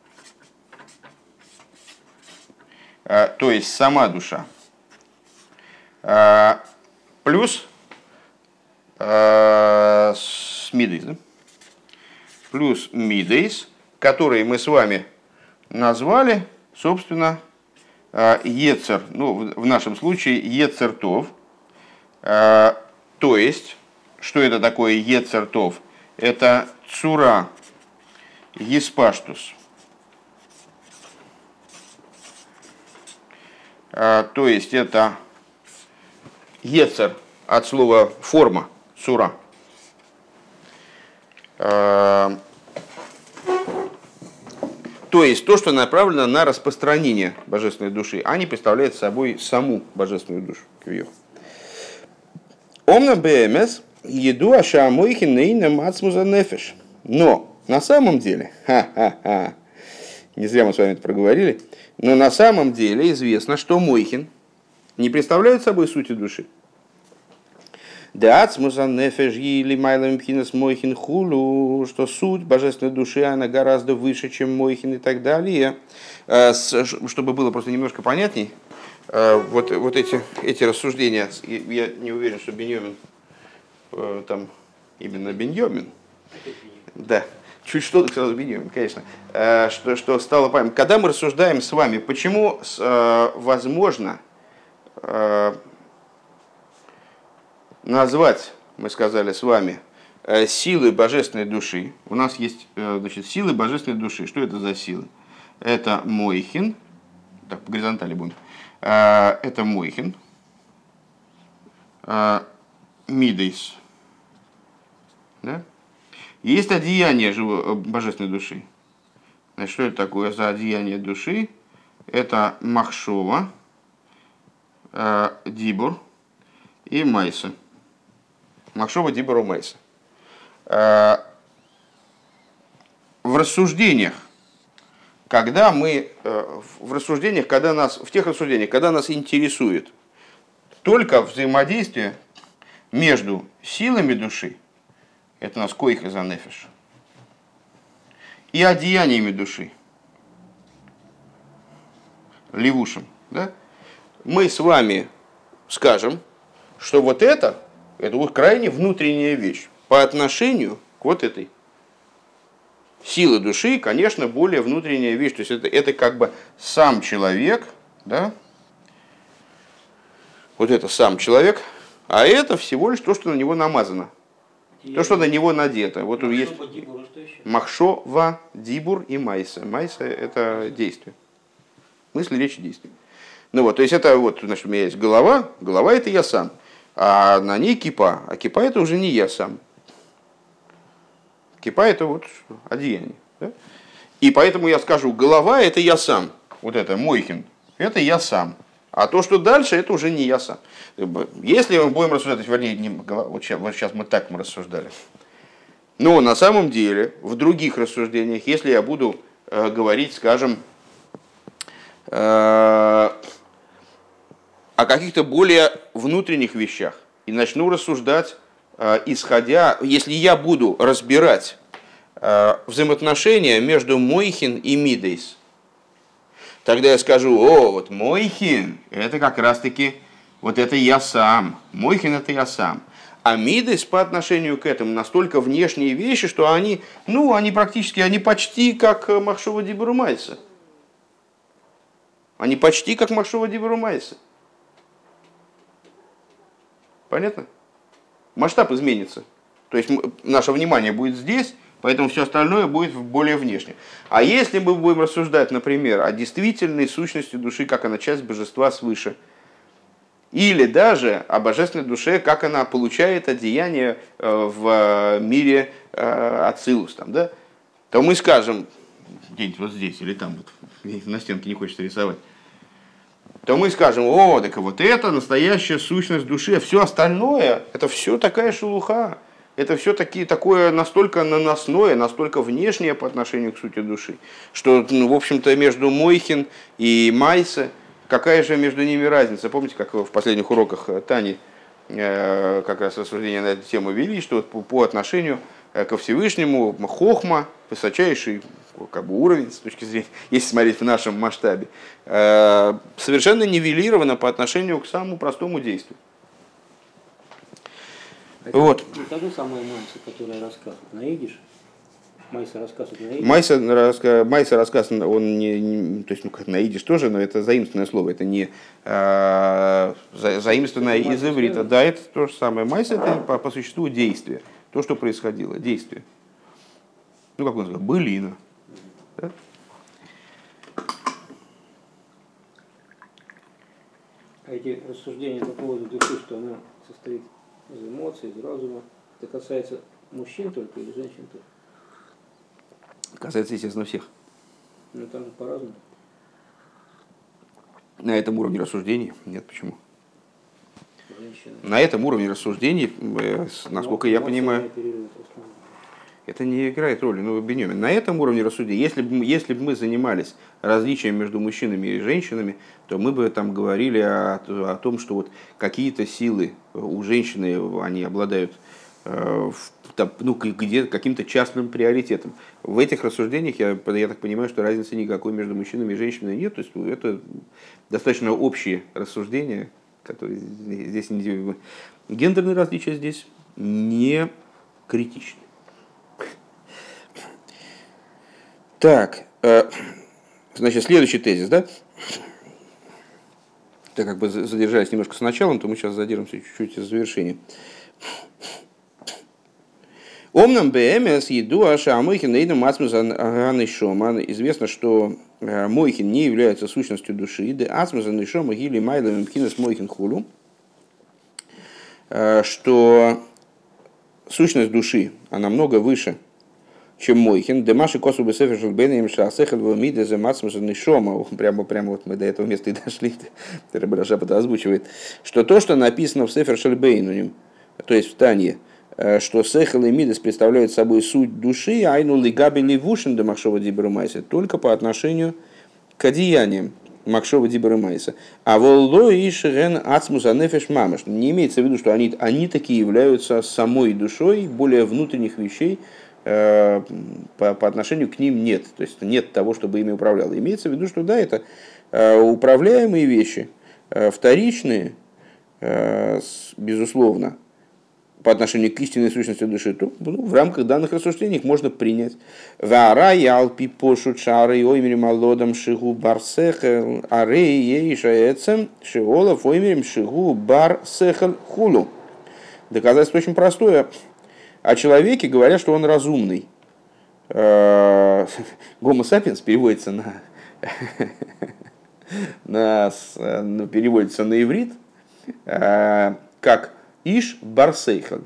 э, то есть сама душа, э, плюс с мидейс, да? Плюс мидейс, которые мы с вами назвали, собственно, Йецер, ну, в нашем случае Йецер Тов. То есть, что это такое Йецер Тов? Это цура еспаштус. То есть, это Йецер от слова форма. Сура. То есть то, что направлено на распространение божественной души, а не представляет собой саму божественную душу. Омна бмс еду ашамойхин нейна мацмуза нефеш. Но на самом деле, ха-ха-ха, не зря мы с вами это проговорили, но на самом деле известно, что мойхин не представляет собой сути души. Что суть божественной души, она гораздо выше, чем мойхин и так далее. Чтобы было просто немножко понятней, вот, вот эти, эти рассуждения, я не уверен, что Беньямин, там именно Беньямин, да, чуть что, так сразу Беньямин, конечно, что, что стало понятно. Когда мы рассуждаем с вами, почему возможно назвать, мы сказали с вами, силы божественной души. У нас есть, значит, силы божественной души. Что это за силы? Это мойхин. Так, по горизонтали будем. Это мойхин. Мидейс. Да? Есть одеяние божественной души. Значит, что это такое за одеяние души? Это махшова, дибур и майса. Махшова, дибур и майса. В рассуждениях, когда мы, в рассуждениях, когда нас, в тех рассуждениях, когда нас интересует только взаимодействие между силами души, это у нас коиха за нефеш, и одеяниями души, левушем, да, мы с вами скажем, что вот это, это крайне внутренняя вещь по отношению к вот этой силе души, конечно, более внутренняя вещь. То есть это, это как бы сам человек, да? Вот это сам человек, а это всего лишь то, что на него намазано. То, что на него надето. Вот Махшова, есть дибур, что еще? махшова, дибур и майса. Майса – это действие. Мысли, речь, действие. Ну вот, то есть это вот, значит, у меня есть голова, голова – это я сам. А на ней кипа, а кипа – это уже не я сам. Кипа – это вот одеяние. Да? И поэтому я скажу, голова – это я сам. Вот это мойхин – это я сам. А то, что дальше, это уже не я сам. Если мы будем рассуждать, вернее, не, вот, сейчас, вот сейчас мы так мы рассуждали. Но на самом деле, в других рассуждениях, если я буду э, говорить, скажем, э, о каких-то более внутренних вещах, и начну рассуждать, э, исходя, если я буду разбирать э, взаимоотношения между мойхин и мидейс, тогда я скажу, о, вот мойхин, это как раз-таки, вот это я сам. Мойхин это я сам. А мидейс по отношению к этому настолько внешние вещи, что они, ну, они практически, они почти как махшова дибур майса. Они почти как махшова дибур майса. Понятно? Масштаб изменится. То есть наше внимание будет здесь, поэтому все остальное будет более внешне. А если мы будем рассуждать, например, о действительной сущности души, как она часть божества свыше, или даже о божественной душе, как она получает одеяние в мире ацилус, там, да, то мы скажем, где-нибудь вот здесь или там, вот, на стенке не хочется рисовать, то мы скажем, о, так вот это настоящая сущность души, а все остальное, это все такая шелуха. Это все таки, такое настолько наносное, настолько внешнее по отношению к сути души, что, ну, в общем-то, между мойхин и майсе, какая же между ними разница? Помните, как в последних уроках Тани э, как раз рассуждения на эту тему вели, что вот по, по отношению ко Всевышнему хохма, высочайший как бы, уровень, с точки зрения, если смотреть в нашем масштабе, э, совершенно нивелировано по отношению к самому простому действию. Это Вот. не та же самая майса, которая рассказывает на идиш. Майса рассказывает на идиш. Майса, раска, майса рассказ, он не, не, то есть, ну, как на идиш тоже, но это заимственное слово, это не э, за, заимственное из иврита. Да, это то же самое. Майса это по, по существу действие, то, что происходило, действие. Ну, как он сказал, былина. Да? А эти рассуждения по поводу души, что она состоит из эмоций, из разума, это касается мужчин только или женщин только? Касается, естественно, всех. Ну там же по-разному. На этом уровне рассуждений? Нет, почему? Женщины. На этом уровне рассуждений, насколько Но, я понимаю, это не играет роли. Ну, Беньямин, на этом уровне рассуждения, если бы, если бы мы занимались различием между мужчинами и женщинами, то мы бы там говорили о, о том, что вот какие-то силы у женщины, они обладают э, там, ну, где, каким-то частным приоритетом. В этих рассуждениях, я, я так понимаю, что разницы никакой между мужчинами и женщинами нет. То есть это достаточно общие рассуждения, которые здесь не... Гендерные различия здесь не критичны. Так, значит, следующий тезис, да? Так как бы задержались немножко с началом, то мы сейчас задержимся чуть-чуть из завершения. Омнам БМС еду аша амойхин нейдам ацмузан аганы шоман. Известно, что мойхин не является сущностью души. Де ацмузан и шома гили майлами мкинес мойхин хулу. Что сущность души, она много выше, чем мойхин. Демаши косу бы сефер шелбейна им шаасехал вамиде за мацмузан и шома. Прямо, прямо вот мы до этого места и дошли. Рабраша озвучивает, что то, что написано в сефер шельбейну, то есть в Танье, что сехал и мидес представляют собой суть души, айну лигаби ливушин до махшова дибур майса, только по отношению к одеяниям махшова дибур майса. А волло и шерен ацмуза нефеш мамаш. Не имеется в виду, что они, они такие являются самой душой, более внутренних вещей э, по, по отношению к ним нет. То есть нет того, чтобы ими управляло. Имеется в виду, что да, это э, управляемые вещи, э, вторичные, э, с, безусловно, по отношению к истинной сущности души, то ну, в рамках данных рассуждений их можно принять. Варай алпи пошу чары оймерим алодам шигу барсехел арей ейшаэцем шиолов оймерим шигу барсехел хулу. Доказательство очень простое. О человеке говорят, что он разумный. Гомо сапиенс переводится на, на, переводится на иврит как иш барсейхель.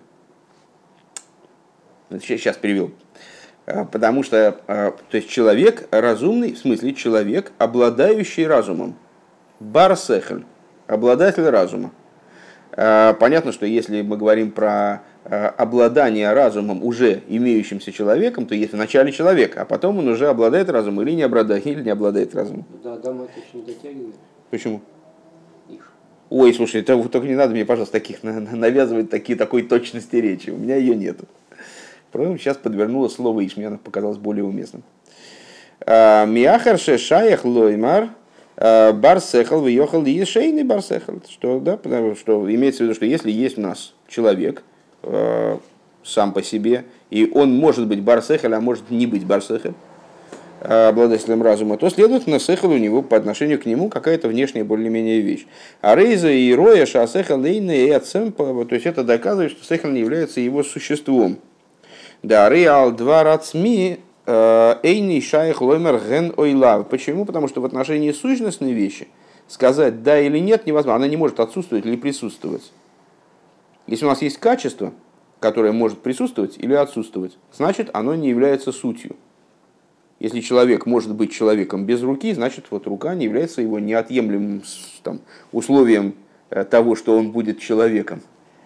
Сейчас перевел. Потому что, то есть человек разумный, в смысле человек, обладающий разумом. Барсехель, обладатель разума. Понятно, что если мы говорим про обладание разумом уже имеющимся человеком, то есть вначале человек, а потом он уже обладает разумом или не обладает, или не обладает разумом. Да, Адам это еще не дотягивает. Почему? Их. Ой, слушай, это, только не надо мне, пожалуйста, таких навязывать такие, такой точности речи. У меня ее нету. Просто сейчас подвернуло слово «иш», мне оно показалось более уместным. Миахарше шаях лоймар барсехал выехал и шейный барсехал. Что, да, потому что имеется в виду, что если есть у нас человек, сам по себе, и он может быть барсехель, а может не быть барсехель, обладателем разума, то, следовательно, сехел у него по отношению к нему какая-то внешняя более-менее вещь. А рейза и роя шасехел лейна и ацем, то есть это доказывает, что сехел не является его существом. Да, реал два рацми эйни шаях лоймер ген ойлав. Почему? Потому что в отношении сущностной вещи сказать да или нет невозможно. Она не может отсутствовать или присутствовать. Если у нас есть качество, которое может присутствовать или отсутствовать, значит, оно не является сутью. Если человек может быть человеком без руки, значит, вот рука не является его неотъемлемым там, условием того, что он будет человеком.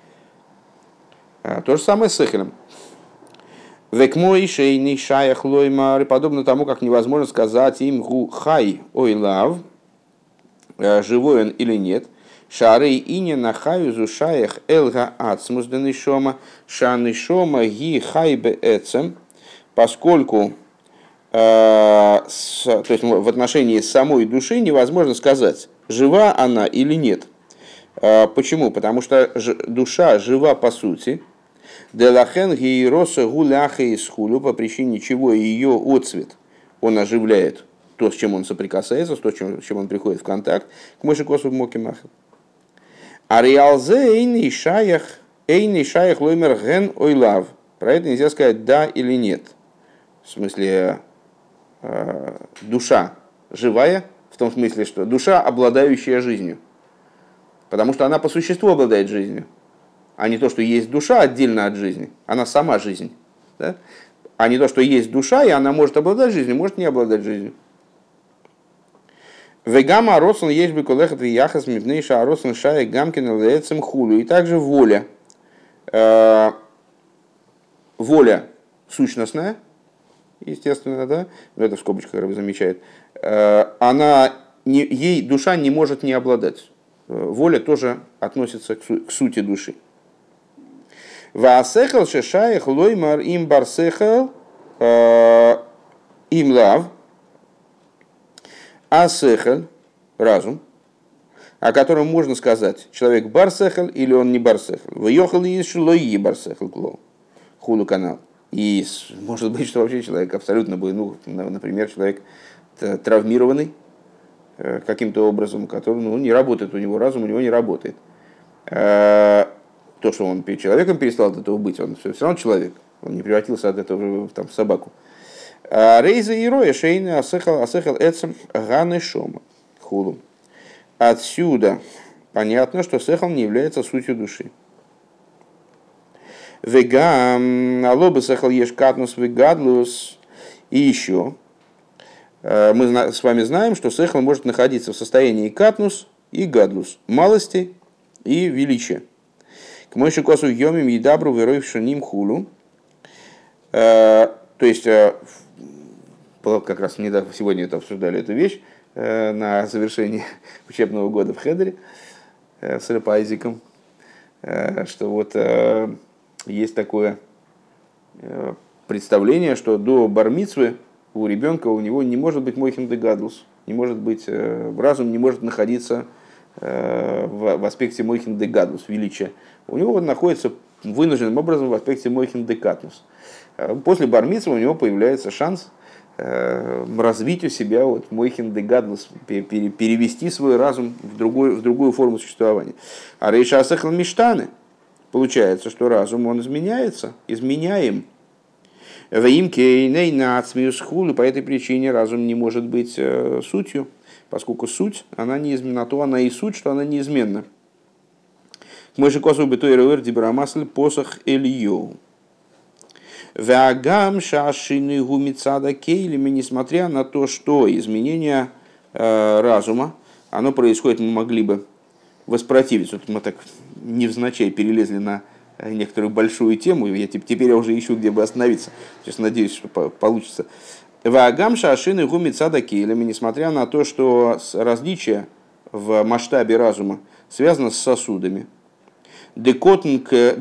То же самое с сехелем. Векмой шейный шаях лоймар, подобно тому, как невозможно сказать им гу хай ойлав, живой он или нет. Шары ине на хаю зушаях элга ацмус денишома шанишома ги хайбе эцем, поскольку э, с, то есть в отношении самой души невозможно сказать, жива она или нет. Э, почему? Потому что ж, душа жива по сути. Делахен гиероса гуляха из хулю, по причине чего ее отцвет он оживляет то, с чем он соприкасается, то, с чем, с чем он приходит в контакт, к мыши косу мокимаху. Ариалзе эйный шаях, эйный шаях лоймер ген ойлав. Про это нельзя сказать да или нет. В смысле, э, душа живая, в том смысле, что душа, обладающая жизнью. Потому что она по существу обладает жизнью. А не то, что есть душа отдельно от жизни. Она сама жизнь. Да? А не то, что есть душа, и она может обладать жизнью, может не обладать жизнью. Вегама росон есть бы колехат вияхас мивнейша росон шая гамкин лецем хулю. И также воля. Э, воля сущностная, естественно, да, но это в скобочках как бы замечает. Э, она не, ей душа не может не обладать. Воля тоже относится к, су, к сути души. Ваасехал шешаях лоймар им барсехал им лав. Асехаль, разум, о котором можно сказать, человек барсехаль или он не барсехаль. Выехал и шлои барсехаль клоу. Худу канал. И может быть, что вообще человек абсолютно был, ну, например, человек травмированный каким-то образом, который ну, не работает у него, разум у него не работает. То, что он перед человеком перестал от этого быть, он все равно человек, он не превратился от этого там, в собаку. Рейза и роя шейна асехал асехал эцем ганы шома хулу. Отсюда понятно, что сехал не является сутью души. Вегам алоба сехал еш катнус вегадлус. И еще мы с вами знаем, что сехал может находиться в состоянии катнус и гадлус, малости и величия. К мойши косу йомим едабру верой в шаним хулу. То есть как раз недавно, сегодня это обсуждали эту вещь э, на завершении учебного года в Хедере э, с Рэпайзиком, э, что вот э, есть такое э, представление, что до бар-мицвы у ребенка у него не может быть мойхин де гадлус, не может быть, э, разум не может находиться э, в, в аспекте мойхин де гадлус, величия. У него находится вынужденным образом в аспекте мойхин декатнус. После бар-мицвы у него появляется шанс развить у себя вот мойхин дегадлус, перевести свой разум в другую, в другую форму существования. А рейша асахал миштаны, получается, что разум он изменяется, изменяем. В имке нацмиус хулы, по этой причине разум не может быть сутью, поскольку суть, она неизменна, то она и суть, что она неизменна. Мы же косу бы тойр дибрамасль посох эльёу. Вагам шашины гумицада кейлями, несмотря на то, что изменение э, разума, оно происходит, мы могли бы воспротивиться. Вот мы так невзначай перелезли на некоторую большую тему, я теперь я уже ищу, где бы остановиться. Сейчас надеюсь, что получится. Вагам шашины гумицада кейлями, несмотря на то, что различие в масштабе разума связано с сосудами. Декотен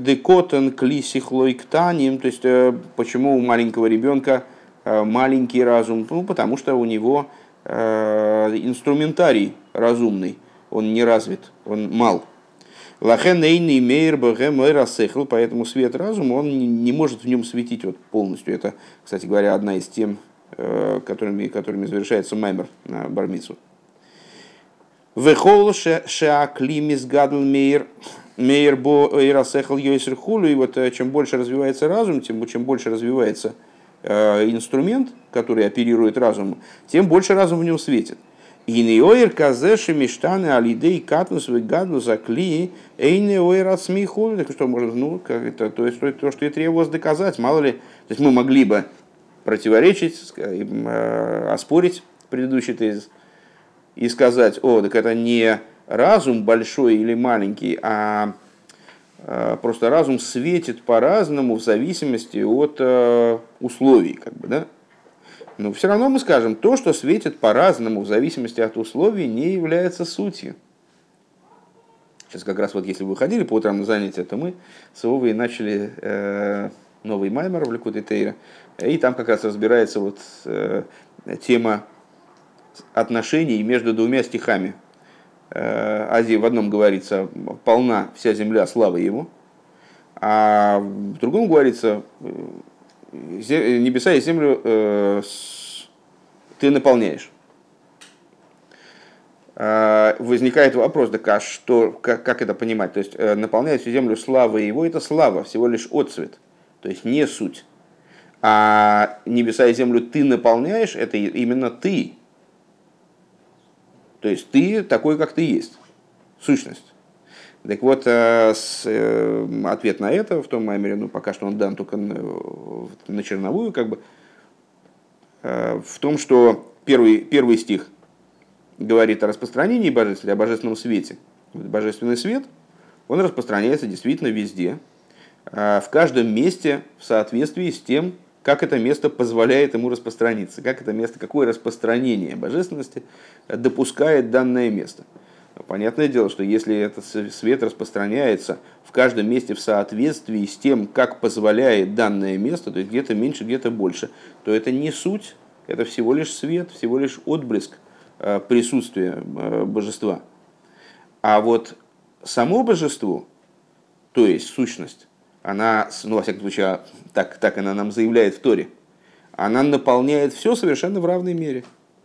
клисихлойктаним, то есть почему у маленького ребенка маленький разум? Ну, потому что у него инструментарий разумный, он не развит, он мал. Лахен эйный мейр бэгэм эйрасэхл, поэтому свет разума, он не может в нем светить вот полностью. Это, кстати говоря, одна из тем, которыми, которыми завершается маймер на бар-мицву. Вэхол шеаклимис гадл мейр. Мейрбо эйрасехал йойсер хулю, и вот чем больше развивается разум, тем чем больше развивается э, инструмент, который оперирует разумом, тем больше разум в нем светит. И неойр казеши миштаны алидей катнус вегаду закли эйне ойр отсмиху. Так что можно, ну, как это, то есть то, что и требовалось доказать, мало ли. То есть мы могли бы противоречить, э, оспорить предыдущий тезис и сказать: о, так это не разум большой или маленький, а просто разум светит по-разному в зависимости от условий. Как бы, да? Но все равно мы скажем, то, что светит по-разному в зависимости от условий, не является сутью. Сейчас как раз вот если вы выходили по утрам на занятия, то мы с Вовой начали э, новый маймер в Ликутей Тейра, и там как раз разбирается вот, э, тема отношений между двумя стихами. Азии в одном говорится: полна вся земля славы его, а в другом говорится: небеса и землю э, ты наполняешь. А возникает вопрос: так а что, как, как это понимать? То есть наполняет всю землю славы его, это слава, всего лишь отцвет, то есть не суть. А небеса и землю ты наполняешь, это именно ты. То есть ты такой, как ты есть, сущность. Так вот, ответ на это в том маймере, ну пока что он дан только на черновую, как бы, в том, что первый, первый стих говорит о распространении божественности, о божественном свете. Божественный свет, он распространяется действительно везде, в каждом месте в соответствии с тем, как это место позволяет ему распространиться, как это место, какое распространение божественности допускает данное место. Понятное дело, что если этот свет распространяется в каждом месте в соответствии с тем, как позволяет данное место, то есть где-то меньше, где-то больше, то это не суть, это всего лишь свет, всего лишь отблеск присутствия божества. А вот само божество, то есть сущность, она, ну, во всяком случае, так, так она нам заявляет в Торе, она наполняет все совершенно в равной мере.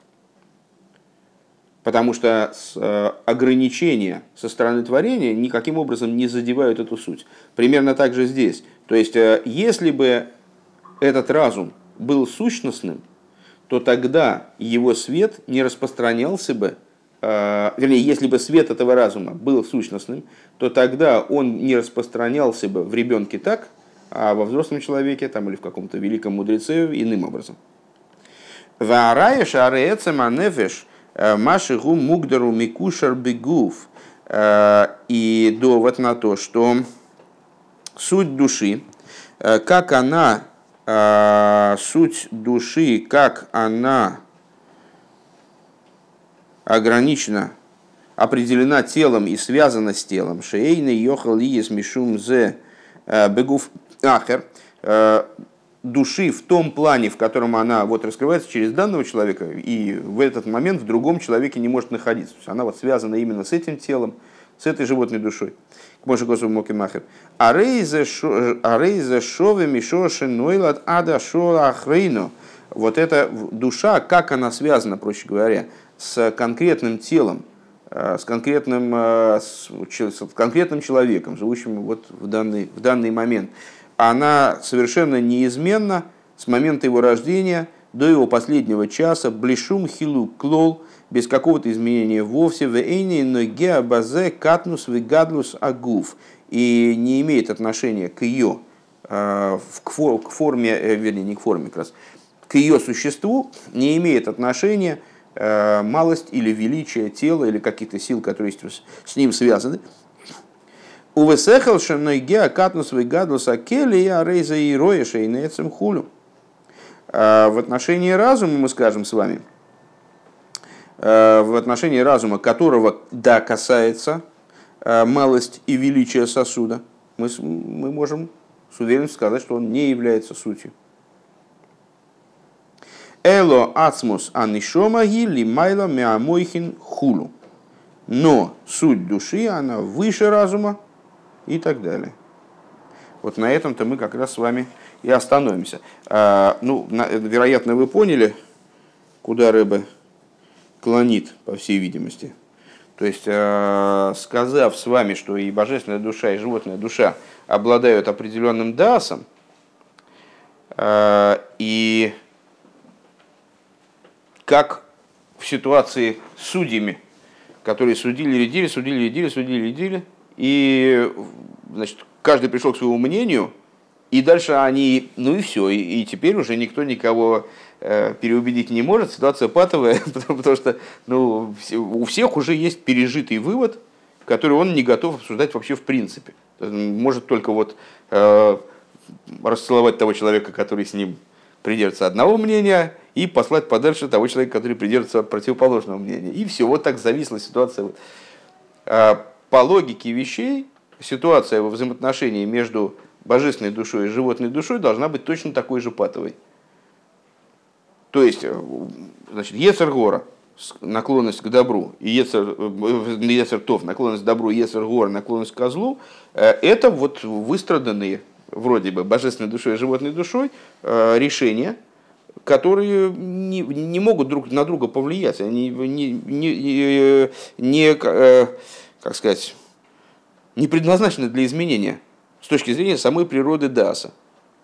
Потому что ограничения со стороны творения никаким образом не задевают эту суть. Примерно так же здесь. То есть, если бы этот разум был сущностным, то тогда его свет не распространялся бы. Вернее, если бы свет этого разума был сущностным, то тогда он не распространялся бы в ребенке так, а во взрослом человеке там, или в каком-то великом мудреце иным образом. И довод на то, что суть души, как она, суть души, как она ограничена, определена телом и связана с телом. Шейны йохал лиес мишум зе бегуф ахер. Души в том плане, в котором она вот раскрывается через данного человека, и в этот момент в другом человеке не может находиться. То есть она вот связана именно с этим телом, с этой животной душой. Моше Косов Мокимахер. А рейзе шове мишоши нойлад ада шола ахрейну. Вот эта душа, как она связана, проще говоря, с конкретным телом, с конкретным, с конкретным человеком, живущим вот в данный, в данный момент, она совершенно неизменна с момента его рождения до его последнего часа, блишум хилу клол, без какого-то изменения вовсе, в эйне ноге базе катнус вегадлус агуф, и не имеет отношения к ее, к форме, вернее, не к форме, как раз, к ее существу, не имеет отношения малость или величие тела, или каких-то сил, которые с ним связаны. Увесехал шеноге катнус вегадлус акели я рейза и роеша и нецем хулю. В отношении разума мы скажем с вами, в отношении разума, которого, да, касается малость и величие сосуда, мы, мы можем с уверенностью сказать, что он не является сутью. Эло ацмус анишомаги лимайло миамойхин хулу. Но суть души, она выше разума и так далее. Вот на этом-то мы как раз с вами и остановимся. А, ну, на, вероятно, вы поняли, куда Ребе клонит, по всей видимости. То есть, э, сказав с вами, что и божественная душа, и животная душа обладают определенным даасом, э, и как в ситуации с судьями, которые судили, рядили, судили, рядили, судили, рядили, и, значит, каждый пришел к своему мнению, и дальше они, ну и все, и, и теперь уже никто никого э, переубедить не может, ситуация патовая, потому, потому что ну, у всех уже есть пережитый вывод, который он не готов обсуждать вообще в принципе. Может только вот э, расцеловать того человека, который с ним придерживается одного мнения, и послать подальше того человека, который придерживается противоположного мнения. И все, вот так зависла ситуация. По логике вещей, ситуация во взаимоотношении между божественной душой и животной душой должна быть точно такой же патовой. То есть, значит, Йецер Гора, наклонность к добру, и Йецер, Йецер Тов, наклонность к добру, Йецер Гора, наклонность к злу, это вот выстраданные вроде бы божественной душой и животной душой решения, которые не, не могут друг на друга повлиять, они не, не, не, не, как сказать, не предназначены для изменения с точки зрения самой природы дааса.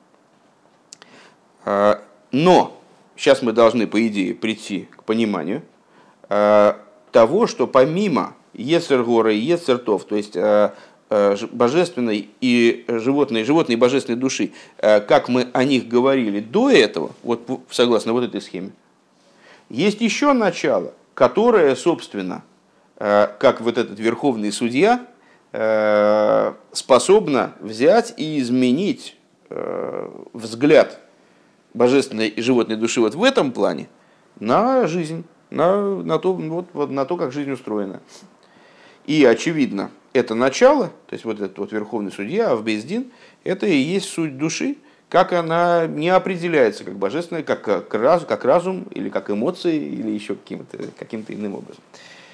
Но сейчас мы должны, по идее, прийти к пониманию того, что помимо Йецер Гора и Йецер Тов, то есть божественной и животной, животной и божественной души, как мы о них говорили до этого, вот согласно вот этой схеме, есть еще начало, которое, собственно, как вот этот верховный судья, способно взять и изменить взгляд божественной и животной души вот в этом плане на жизнь, на, на, то, вот, вот, на то, как жизнь устроена. И, очевидно, это начало, то есть вот этот вот верховный судья, Авбейс-Дин, это и есть суть души, как она не определяется как божественная, как, как, разум, как разум или как эмоции, или еще каким-то, каким-то иным образом.